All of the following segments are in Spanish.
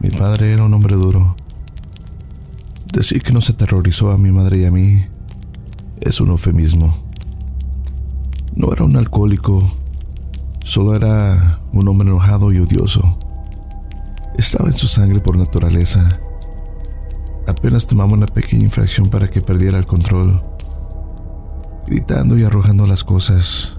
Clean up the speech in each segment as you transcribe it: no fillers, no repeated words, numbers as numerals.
Mi padre era un hombre duro. Decir que nos aterrorizó a mi madre y a mí es un eufemismo. No era un alcohólico, solo era un hombre enojado y odioso. Estaba en su sangre por naturaleza. Apenas tomaba una pequeña infracción para que perdiera el control, gritando y arrojando las cosas.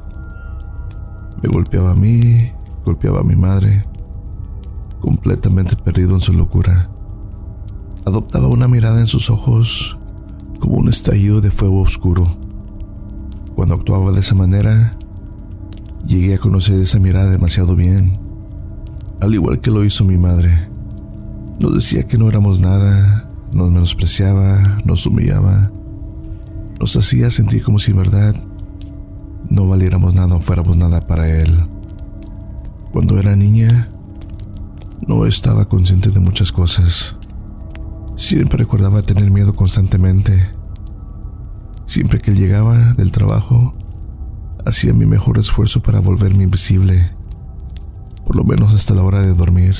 Me golpeaba a mí, golpeaba a mi madre, completamente perdido en su locura. Adoptaba una mirada en sus ojos como un estallido de fuego oscuro. Cuando actuaba de esa manera, llegué a conocer esa mirada demasiado bien, al igual que lo hizo mi madre. Nos decía que no éramos nada, nos menospreciaba, nos humillaba, nos hacía sentir como si en verdad no valiéramos nada o fuéramos nada para él. Cuando era niña, no estaba consciente de muchas cosas. Siempre recordaba tener miedo constantemente. Siempre que él llegaba del trabajo, hacía mi mejor esfuerzo para volverme invisible, por lo menos hasta la hora de dormir.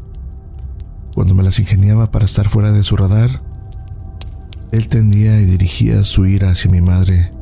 Cuando me las ingeniaba para estar fuera de su radar, él tendía y dirigía su ira hacia mi madre.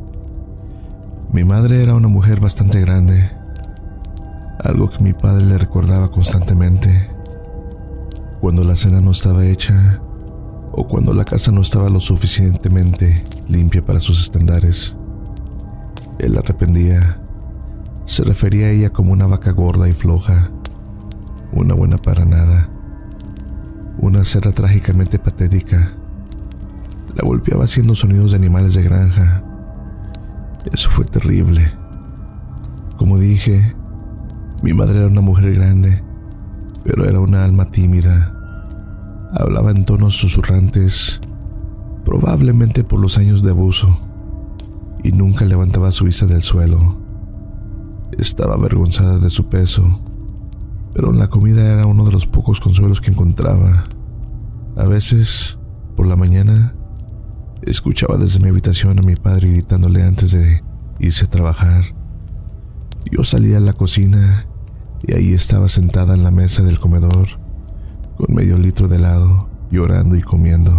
Mi madre era una mujer bastante grande, algo que mi padre le recordaba constantemente. Cuando la cena no estaba hecha, o cuando la casa no estaba lo suficientemente limpia para sus estándares, él la reprendía. Se refería a ella como una vaca gorda y floja, una buena para nada, una cerda trágicamente patética. La golpeaba haciendo sonidos de animales de granja. Eso fue terrible. Como dije, mi madre era una mujer grande, pero era una alma tímida. Hablaba en tonos susurrantes, probablemente por los años de abuso, y nunca levantaba su vista del suelo. Estaba avergonzada de su peso, pero la comida era uno de los pocos consuelos que encontraba. A veces, por la mañana, escuchaba desde mi habitación a mi padre gritándole antes de irse a trabajar. Yo salía a la cocina y ahí estaba sentada en la mesa del comedor, con medio litro de helado, llorando y comiendo.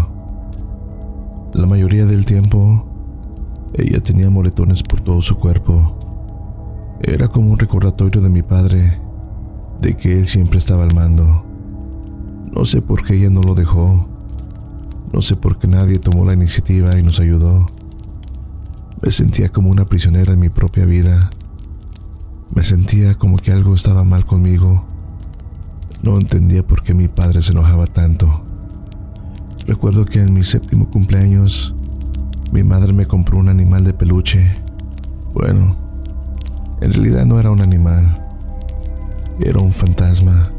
La mayoría del tiempo, ella tenía moretones por todo su cuerpo. Era como un recordatorio de mi padre, de que él siempre estaba al mando. No sé por qué ella no lo dejó. No sé por qué nadie tomó la iniciativa y nos ayudó. Me sentía como una prisionera en mi propia vida. Me sentía como que algo estaba mal conmigo. No entendía por qué mi padre se enojaba tanto. Recuerdo que en mi 7º cumpleaños, mi madre me compró un animal de peluche. Bueno, en realidad no era un animal. Era un fantasma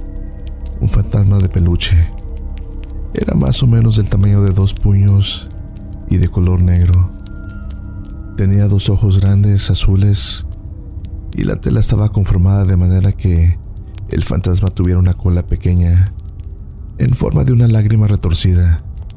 de peluche. Era más o menos del tamaño de 2 puños y de color negro. Tenía 2 ojos grandes, azules, y la tela estaba conformada de manera que el fantasma tuviera una cola pequeña, en forma de una lágrima retorcida.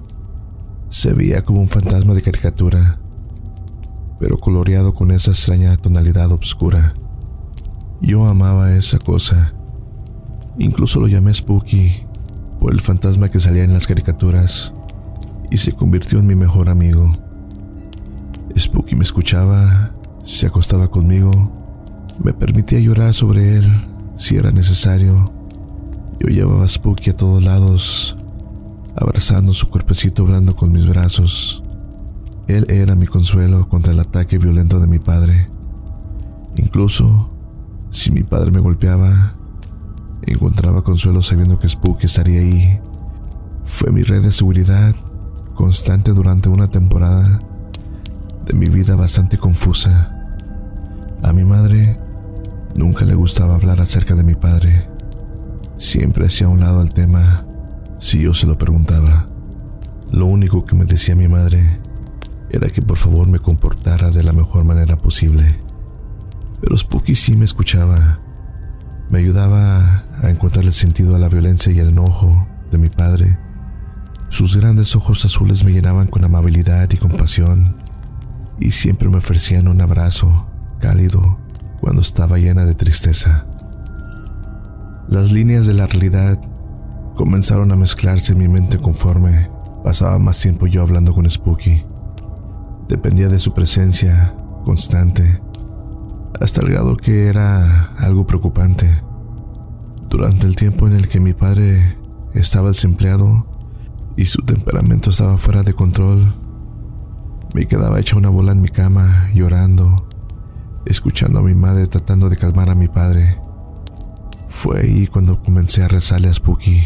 Se veía como un fantasma de caricatura, pero coloreado con esa extraña tonalidad oscura. Yo amaba esa cosa. Incluso lo llamé Spooky por el fantasma que salía en las caricaturas, y se convirtió en mi mejor amigo. Spooky me escuchaba, se acostaba conmigo, me permitía llorar sobre él si era necesario. Yo llevaba a Spooky a todos lados, abrazando su cuerpecito blando con mis brazos. Él era mi consuelo contra el ataque violento de mi padre. Incluso si mi padre me golpeaba, encontraba consuelo sabiendo que Spooky estaría ahí. Fue mi red de seguridad constante durante una temporada de mi vida bastante confusa. A mi madre nunca le gustaba hablar acerca de mi padre. Siempre hacía a un lado el tema si yo se lo preguntaba. Lo único que me decía mi madre era que por favor me comportara de la mejor manera posible. Pero Spooky sí me escuchaba. Me ayudaba a encontrar el sentido a la violencia y el enojo de mi padre. Sus grandes ojos azules me llenaban con amabilidad y compasión, y siempre me ofrecían un abrazo cálido cuando estaba llena de tristeza. Las líneas de la realidad comenzaron a mezclarse en mi mente conforme pasaba más tiempo yo hablando con Spooky. Dependía de su presencia constante, hasta el grado que era algo preocupante. Durante el tiempo en el que mi padre estaba desempleado y su temperamento estaba fuera de control, me quedaba hecha una bola en mi cama, llorando, escuchando a mi madre tratando de calmar a mi padre. Fue ahí cuando comencé a rezarle a Spooky.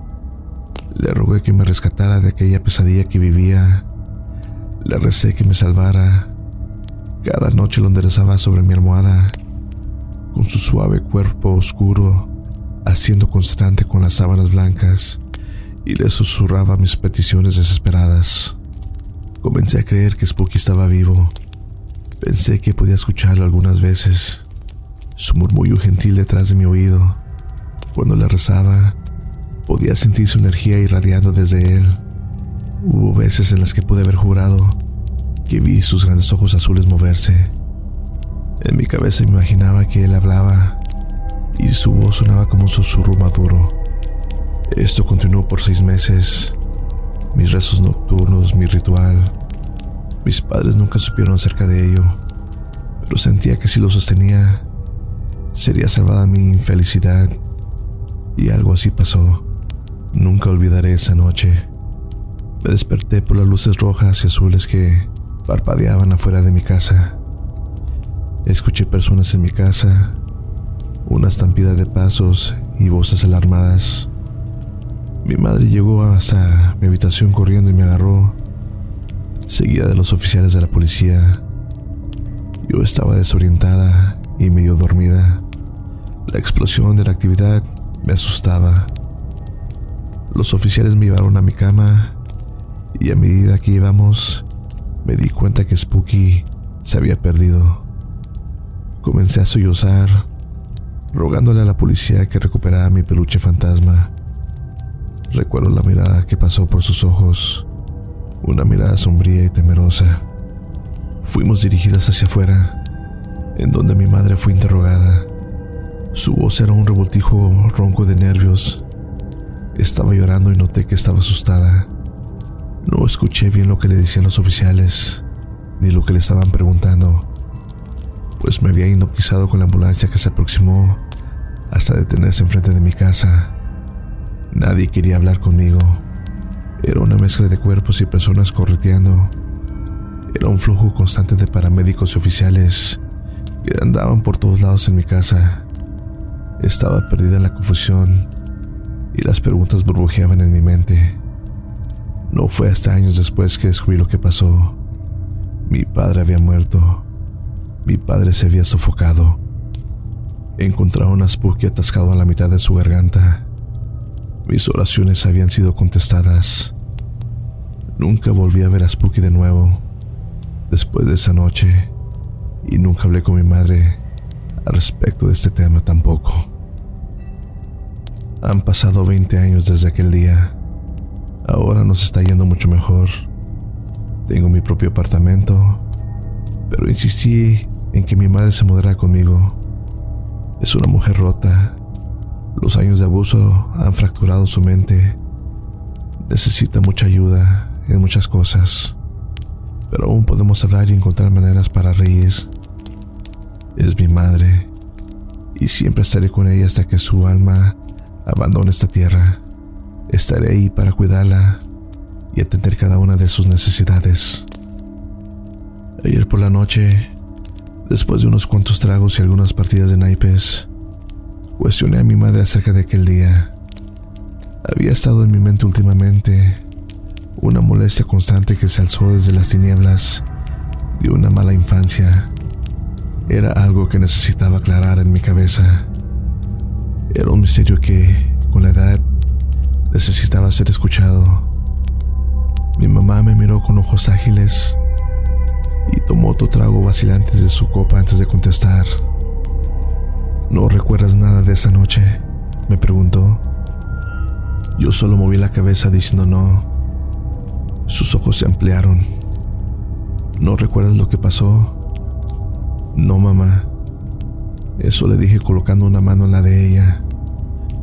Le rogué que me rescatara de aquella pesadilla que vivía. Le recé que me salvara. Cada noche lo enderezaba sobre mi almohada, con su suave cuerpo oscuro, haciendo constante con las sábanas blancas, y le susurraba mis peticiones desesperadas. Comencé a creer que Spooky estaba vivo. Pensé que podía escucharlo algunas veces, su murmullo gentil detrás de mi oído. Cuando le rezaba, podía sentir su energía irradiando desde él. Hubo veces en las que pude haber jurado que vi sus grandes ojos azules moverse. En mi cabeza me imaginaba que él hablaba y su voz sonaba como un susurro maduro. Esto continuó por 6 meses. Mis rezos nocturnos, mi ritual. Mis padres nunca supieron acerca de ello, pero sentía que si lo sostenía, sería salvada mi infelicidad. Y algo así pasó. Nunca olvidaré esa noche. Me desperté por las luces rojas y azules que parpadeaban afuera de mi casa. Escuché personas en mi casa, una estampida de pasos y voces alarmadas. Mi madre llegó hasta mi habitación corriendo y me agarró, seguida de los oficiales de la policía. Yo estaba desorientada y medio dormida. La explosión de la actividad me asustaba. Los oficiales me llevaron a mi cama y a medida que íbamos, me di cuenta que Spooky se había perdido. Comencé a sollozar, rogándole a la policía que recuperara mi peluche fantasma. Recuerdo la mirada que pasó por sus ojos, una mirada sombría y temerosa. Fuimos dirigidas hacia afuera, en donde mi madre fue interrogada. Su voz era un revoltijo ronco de nervios. Estaba llorando y noté que estaba asustada. No escuché bien lo que le decían los oficiales, ni lo que le estaban preguntando, pues me había hipnotizado con la ambulancia que se aproximó hasta detenerse enfrente de mi casa. Nadie quería hablar conmigo. Era una mezcla de cuerpos y personas correteando. Era un flujo constante de paramédicos y oficiales que andaban por todos lados en mi casa. Estaba perdida en la confusión y las preguntas burbujeaban en mi mente. No fue hasta años después que descubrí lo que pasó. Mi padre había muerto. Mi padre se había sofocado. Encontraron a Spooky atascado a la mitad de su garganta. Mis oraciones habían sido contestadas. Nunca volví a ver a Spooky de nuevo después de esa noche, y nunca hablé con mi madre al respecto de este tema tampoco. Han pasado 20 años desde aquel día. Ahora nos está yendo mucho mejor. Tengo mi propio apartamento, pero insistí en que mi madre se mudara conmigo. Es una mujer rota. Los años de abuso han fracturado su mente. Necesita mucha ayuda en muchas cosas, pero aún podemos hablar y encontrar maneras para reír. Es mi madre, y siempre estaré con ella hasta que su alma abandone esta tierra. Estaré ahí para cuidarla y atender cada una de sus necesidades. Ayer por la noche, después de unos cuantos tragos y algunas partidas de naipes, cuestioné a mi madre acerca de aquel día. Había estado en mi mente últimamente una molestia constante que se alzó desde las tinieblas de una mala infancia. Era algo que necesitaba aclarar en mi cabeza. Era un misterio que, con la edad, necesitaba ser escuchado. Mi mamá me miró con ojos ágiles y tomó otro trago vacilante de su copa antes de contestar. ¿No recuerdas nada de esa noche?, me preguntó. Yo solo moví la cabeza diciendo no. Sus ojos se ampliaron. ¿No recuerdas lo que pasó? No, mamá. Eso le dije colocando una mano en la de ella.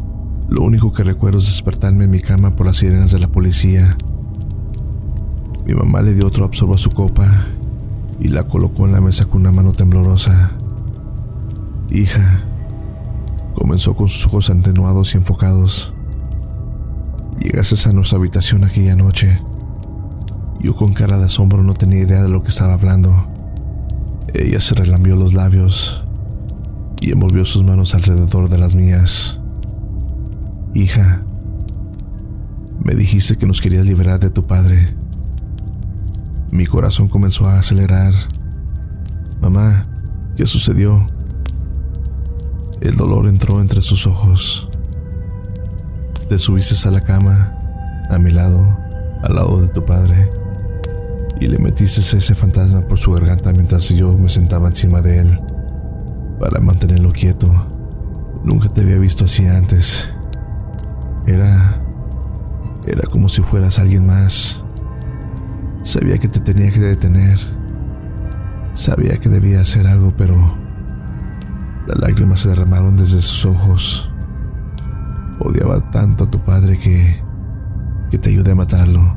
Lo único que recuerdo es despertarme en mi cama por las sirenas de la policía. Mi mamá le dio otro absorbo a su copa y la colocó en la mesa con una mano temblorosa. Hija, comenzó con sus ojos atenuados y enfocados. Llegaste a nuestra habitación aquella noche. Yo con cara de asombro no tenía idea de lo que estaba hablando. Ella se relambió los labios y envolvió sus manos alrededor de las mías. Hija, me dijiste que nos querías liberar de tu padre. Mi corazón comenzó a acelerar. Mamá, ¿qué sucedió? El dolor entró entre sus ojos. Te subiste a la cama, a mi lado, al lado de tu padre, y le metiste ese fantasma por su garganta mientras yo me sentaba encima de él para mantenerlo quieto. Nunca te había visto así antes. Era como si fueras alguien más. Sabía que te tenía que detener. Sabía que debía hacer algo, pero las lágrimas se derramaron desde sus ojos. Odiaba tanto a tu padre que te ayudé a matarlo.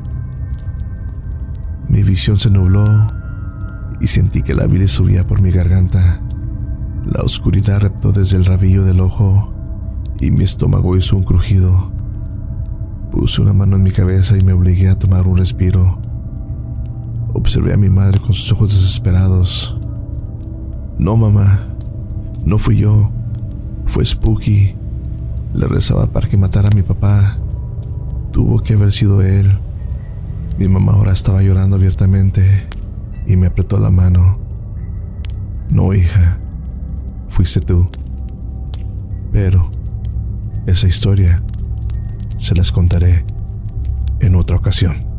Mi visión se nubló y sentí que la bilis subía por mi garganta. La oscuridad reptó desde el rabillo del ojo y mi estómago hizo un crujido. Puse una mano en mi cabeza y me obligué a tomar un respiro. Observé a mi madre con sus ojos desesperados. No, mamá, no fui yo, fue Spooky. Le rezaba para que matara a mi papá. Tuvo que haber sido él. Mi mamá ahora estaba llorando abiertamente y me apretó la mano. No, hija, fuiste tú. Pero esa historia se las contaré en otra ocasión.